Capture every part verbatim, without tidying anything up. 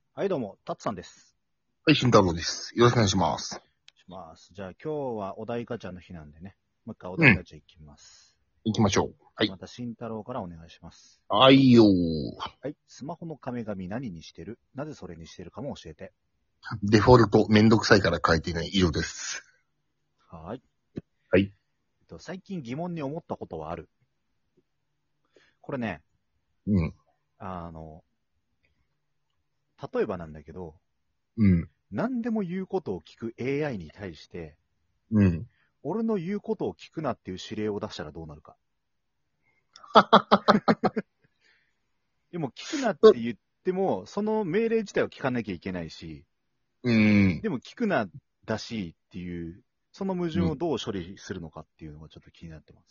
はい、どうも、たつさんです。 はい、慎太郎です。よろしくお願いします。 します。じゃあ、今日はお題ガチャの日なんでね、もう一回おうん、 題ガチャいきます。 行きましょう。はい。 また、慎太郎からお願いします。 はいよー。 はい、スマホの壁紙何にしてる？なぜそれにしてるかも教えて。 デフォルトめんどくさいから変えていない色です。 はーい。 はい。 えっと、最近疑問に思ったことはある？これね、 うん、 あの、例えばなんだけど、 うん、 何でも言うことを聞く エーアイ に対して、 うん。 俺の言うことを聞くなっていう指令を出したらどうなるか。でも、聞くなって言っても、その命令自体を聞かなきゃいけないし、 うん、 でも聞くなだしっていう、その矛盾うん。 をどう処理するのかっていうのがちょっと気になってます。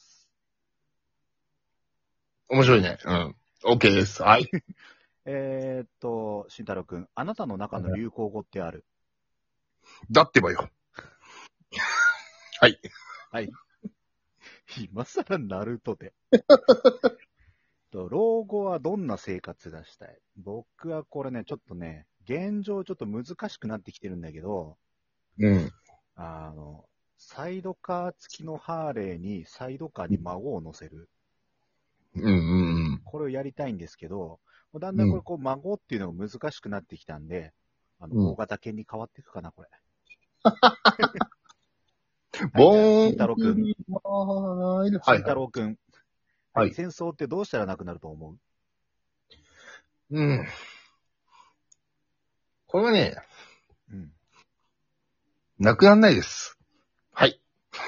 面白いね。うん。OK です。はい。 えーっと、慎太郎くん、あなたの中の流行語ってある？ だってばよ。はい。 はい。今更ナルトで。と老後はどんな生活がしたい？僕はこれね、ちょっとね、現状ちょっと難しくなってきてるんだけど、 うん。 あの、サイドカー付きのハーレーにサイドカーに孫を乗せる。 うん、うん、 これをやりたいんですけど、だんうん。 だんこれこう孫っていうのが難しくなってきたんで、あの、 うん。 大型犬に変わっていくかな、これ。はい、じゃあ、慎ボーン、 太郎くん。慎はい、はい。 太郎くん。はい、 はい。 戦争ってどうしたらなくなると思う？ うん。これはね、 うん。 なくならないです。はい。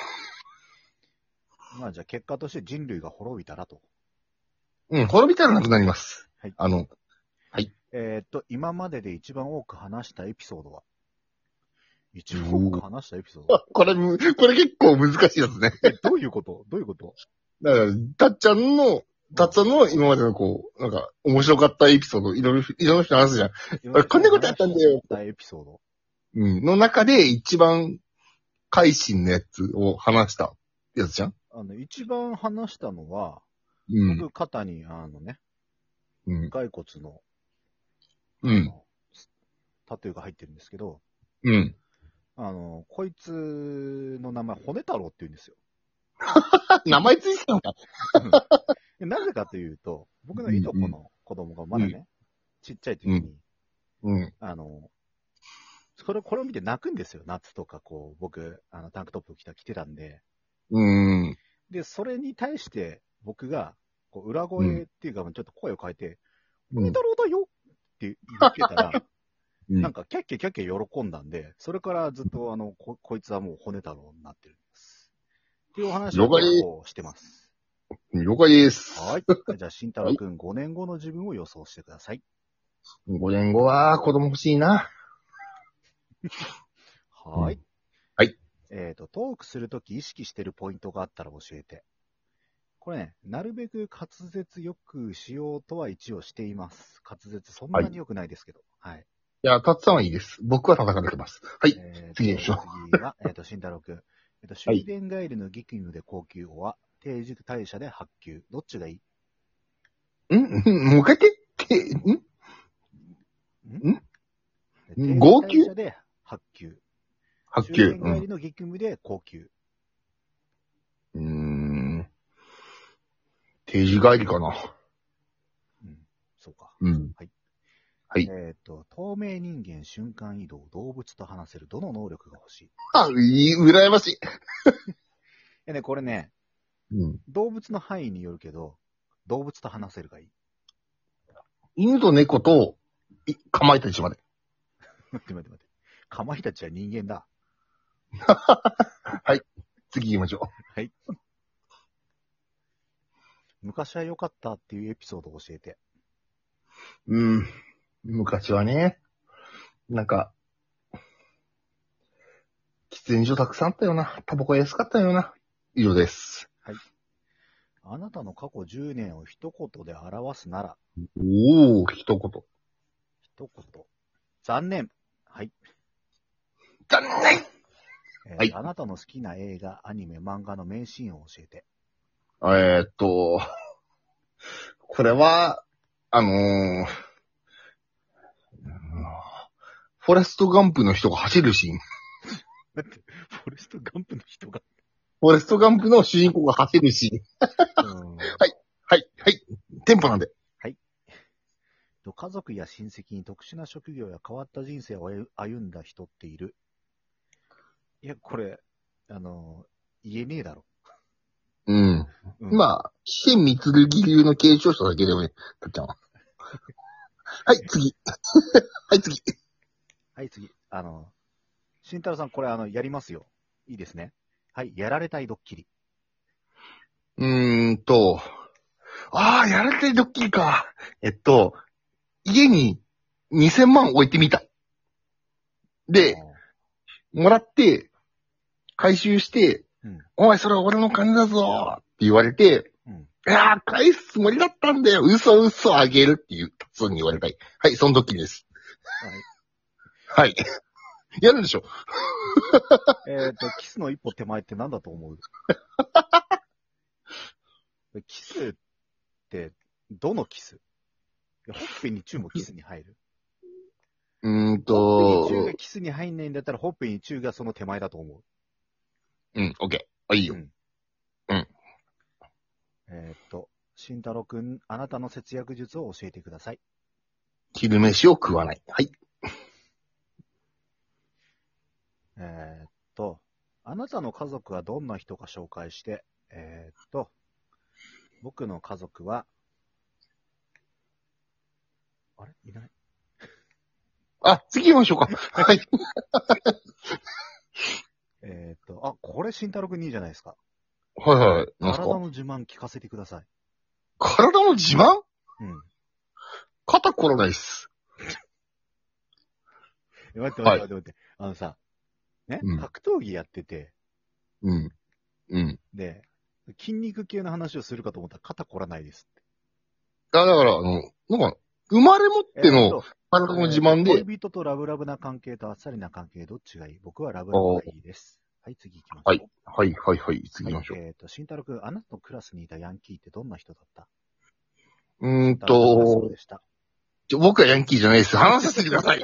まあ、じゃあ結果として人類が滅びたらと。 うん、滅びたらなくなります。 はい。 あの、はい。 えーっと、今までで一番多く話したエピソードは？一番多うーく話したエピソード？ これむ、これ結構難しいですね。 え、どういうことどういうこと？ だから、たっちゃんの、 うん。 たっちゃんの今までのこう、なんか、面白かったエピソード、いろいろ、いろんな人話すじゃん。 いろん俺、 な人がこんなことやっ話したんだよ。 たエピソード。 うん。の中で一番、改心のやつを話したやつじゃん。 あの、一番話したのは、 うん。 僕、肩に、あのね、 うん。 骸骨の、 うん。 あの、タトゥーが入ってるんですけど、 うん。 あの、こいつの名前、骨太郎って言うんですよ。 名前ついてたのか。 でなぜかというと、僕のうん。 いとこの子供がまうん。 だね、ちっちゃい時うん。 に、 うん。 あの、これこれを見て泣くんですよ。夏とか、こう、僕、あの、タンクトップ着た、着てたんで。 うん。 で、それに対して、僕が、こう、裏うん。 声っていうか、ちょっと声を変えて、 うん。 骨太郎だよって言ってたら、 うん。 なんか、キャッキャキャッキャ喜んだんで、それからずっと、あの、こ、こいつはもう骨太郎になってるんです。っていうお話を結了解。 構してます。 了解です。 はい。じゃあ、慎太はい。 郎くん、ごねんごの自分を予想してください。 ごねんごは子供欲しいな。うはい。 ん。はい。 えっと、トークするとき意識してるポイントがあったら教えて。これね、なるべく滑舌よくしようとは一応しています。滑舌そんはい。いなに良くないですけど。はい。 や、たっさんはいいです。僕は叩かれてます。はい。 えっと、 次行きましょう。 次は、えっと、慎太郎くん。えっと、終はい。 電帰りの激務で高級は、定時退社で発給。どっちがいい？ んんもう一回言って、けんんん定時号泣退社で発給。 発給。 終電うん。 帰りの激務で高級。 うーん。定時帰りかな。 うん。そうか。 うん。 はい。 はい。 えっと、透明人間瞬間移動、動物と話せる、どの能力が欲しい？ あ、いい、羨ましい。 えね、これね、 うん。 動物の範囲によるけど、動物と話せるがいい。 犬と猫と、い、かまいたちまで。 待って待って待って。かまいたちは人間だ。 はい。次行きましょはい。昔は良かったっていうエピソードを教えて。 う。うん。昔はね、なんか、喫煙所たくさんあったよな。タバコ安かったよな。以上です。 はい。あなたの過去じゅうねんを一言で表すなら、 おー、一言。 一言。残念。はい。 残念はい。 えっと、あなたの好きな映画、アニメ、漫画の名シーンを教えて。 えーっと、これは、あのー、 フォレストガンプの人が走るシーン。 だって、フォレストガンプの人が。 フォレストガンプの主人公が走るシーン。 うん、 はい、はい、はい。テンポなんで。 家族や親戚に特殊な職業や変わった人生を歩んだ人っている。いや、これ、あの、言えねえだろ。 うん。 うん、 まあ、非三剣流の継承者だけでもね、たっちゃんは。はい、次。はい、次。 はい、次。あの、慎太郎さん、これ、あの、やりますよ。いいですね。はい、やられたいドッキリ。 うーんと、ああ、やられてドッキリか。えっと、家ににせんまん置いてみた。で、もらって、回収して、 うん、 お前それは俺の金だぞって言われて、 うん、 いやー、返すつもりだったんだよ。嘘嘘あげるっていう、普通に言われたい。はい、そのドッキリです。 はい。 はい。やるんでしょ。 えっと、キスの一歩手前って何だと思う？キスって、どのキス？いやほっぺにチューもキスに入る。 うーんほっぺにチューがと、 キスに入んないんだったら、ほっぺにチューがその手前だと思う。 うん、オッケー。あ、いいよ。 うん。 うん。 えーっと、慎太郎くん、あなたの節約術を教えてください。 昼飯を食わない。はい。 えーっと、あなたの家族はどんな人か紹介して、えーっと、僕の家族は、あれいない。 あ、次行きましょうか。はい。 えーっと、あ、これ慎太郎くんいいじゃないですか。 はいはい。なんすか？ 体の自慢聞かせてください。 体の自慢？ うん。 肩こらないっす。 え待って待ってはい。 待って待って。あのさ、ね、 うん。 格闘技やってて、 うん。うん。 で、筋肉系の話をするかと思ったら肩こらないですって。 あ、だから、あの、なんか、生まれ持ってのえーっと、 体のえーっと、 自慢で、 恋人とラブラブな関係とあっさりな関係、どっちがいい？僕はラブあラブがーいいです。はい、次行きましはいょう。。 はい、はい、はい。次はい、 行きましょう。 えーっと、慎太郎くん、あなたのクラスにいたヤンキーってどんな人だった？ うーん慎太郎くんがそうとで、した。 ちょ僕はヤンキーじゃないです。話させてください。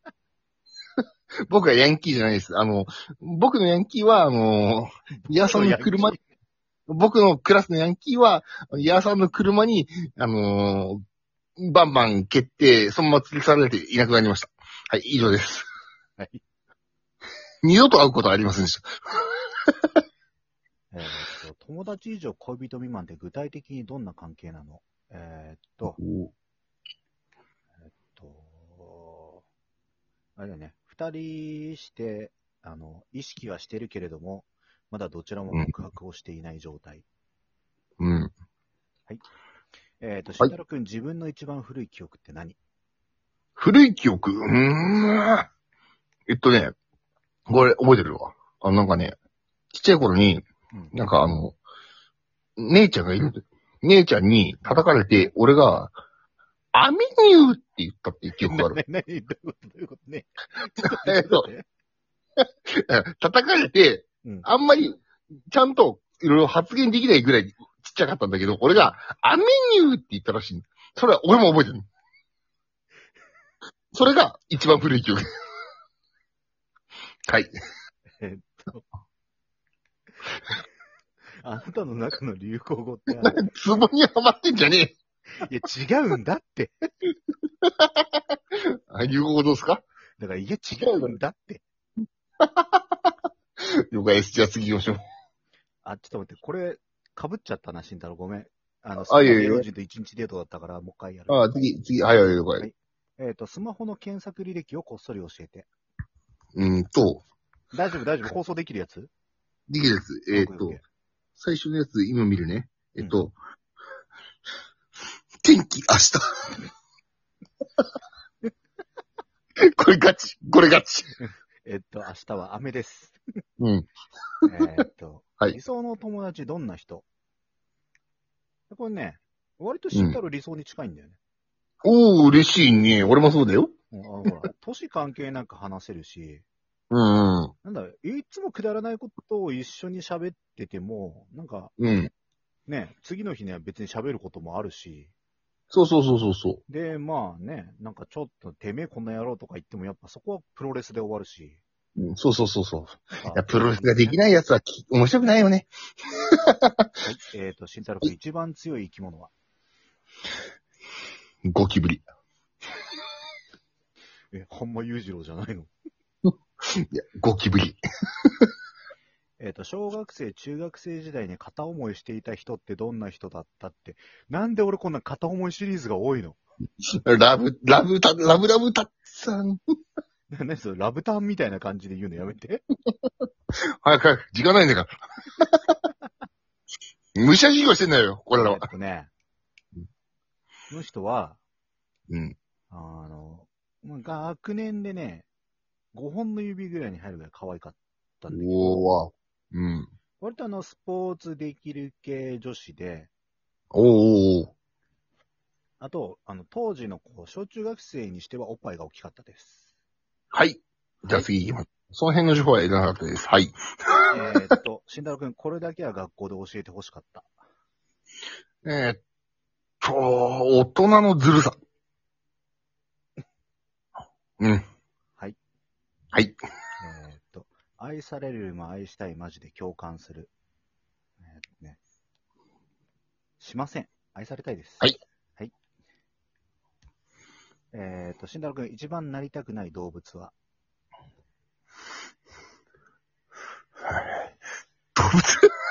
僕はヤンキーじゃないです。あの、僕のヤンキーは、あの、イヤさんの車、 ヤンキー僕のクラスのヤンキーは、イヤさんの車に、あのーバンバン蹴って、そのまま連れ去られていなくなりました。はい、以上です。 はい。 二度と会うことはありませんでした。 えーっと、友達以上恋人未満って具体的にどんな関係なの？えーっと、えーっと、あれだよね、二人して、あの、意識はしてるけれども、まだどちらも告白をしていない状態。 うん。うん。 はい。えっ、と、慎はい。 太郎くん、自分の一番古い記憶って何？ 古い記憶うーん。えっとね、これ覚えてるわ。あの、なんかね、ちっちゃい頃に、 うん。 なんかあの、姉ちゃんがいるんだよ。姉ちゃんに叩かれて、俺が、アミニューって言ったっていう記憶がある。 な、な、な、どういうことどういうことね。ちょっと待って、 えっと、 ちょっと待って。 叩かれて、 うん。 あんまり、ちゃんと、いろいろ発言できないぐらいちっちゃかったんだけど、俺が、アミニューって言ったらしいの。それは俺も覚えてる。それが一番古い記憶。はい。 えっと、あなたの中の流行語ってある？ ツボにはまってんじゃねいや、違うんだって。 え。あ、流行語どうですか？ だから、いや、違うんだって。 了解です。じゃあ次行きましょう。 あ、ちょっと待って、これ、被っちゃったな、慎太郎。ごめん。あの、 あ好きないえいえ芸能人と一日デートだったから、もう一回やる。 あ、次、次、はいはい了解。 はいえっ、と、スマホの検索履歴をこっそり教えて。 うーんと、 大丈夫、大丈夫。放送できるやつ？ できるやつ。えっ、とオッケーオッケー、 最初のやつ今見るね。えっ、と、天気明日。これガチ。これガチ。 えっと、明日は雨です。 うん。 えっと、 はい理想の友達どんな人？これね、割と慎太郎理想に近いんだよね。 おー、嬉しいね。俺もそうだよ。 うん、あのほら、年関係なく話せるし、 うんうん。 なんだ、いつもくだらないことを一緒に喋ってても、なんか、 うん。 ね、次の日には別に喋ることもあるし、 そうそうそうそうそで、まあね、なんかちょっと、てめえこんな野郎とか言っても、やっぱそこはプロレスで終わるし。 う。うん、そうそうそうそう。 なんかいや、プロレスができないやつはき面白くないよね。 はい。えっ、ー、と、慎太郎くん、一番強い生き物はゴキブリ。 え、本間裕次郎じゃないの？ いや、ゴキブリ。 えっと、小学生、中学生時代に片思いしていた人ってどんな人だったって。なんで俺こんな片思いシリーズが多いの？ ラブ、ラブタ、ラブラブタッさん。 何それ、ラブタンみたいな感じで言うのやめて。 早く早く、時間ないんだから。武者修行してんだよ、これらは。 えっとね、この人は、 うん。 あの、まあ学年でね、ごほんの指ぐらいに入るぐらい可愛かったんだけど、 おーわ。うん。 割とあの、スポーツできる系女子で、 おーおー。 あと、あの、当時のこう小中学生にしてはおっぱいが大きかったです。 はい。じゃあ次行きます。その辺の情報はいらなかったです。はい。 えーっと、慎太郎くん、これだけは学校で教えてほしかった。 えーっと、大人のずるさ。うん。 はい。 はい。 えーっと、愛されるよりも愛したいマジで共感する。えーっとね、しません。愛されたいです。 はい。 はい。えーっと、慎太郎くん、一番なりたくない動物は動物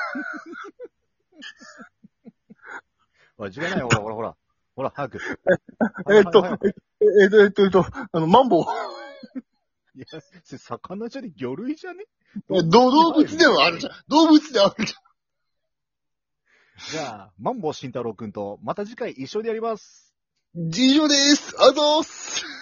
ほら、時間ないよ、ほら、ほら、ほら。ほら、早く。 えーっと、 早く早くえーっと、えーっと、えーっと、あの、マンボウ。 いや、それ魚じゃね魚類じゃね動動物ではあるじゃん。動物ではあるじじゃあ、マンボウ慎太郎くんと、また次回一緒にやります。 ゃん。以上です。あざーす。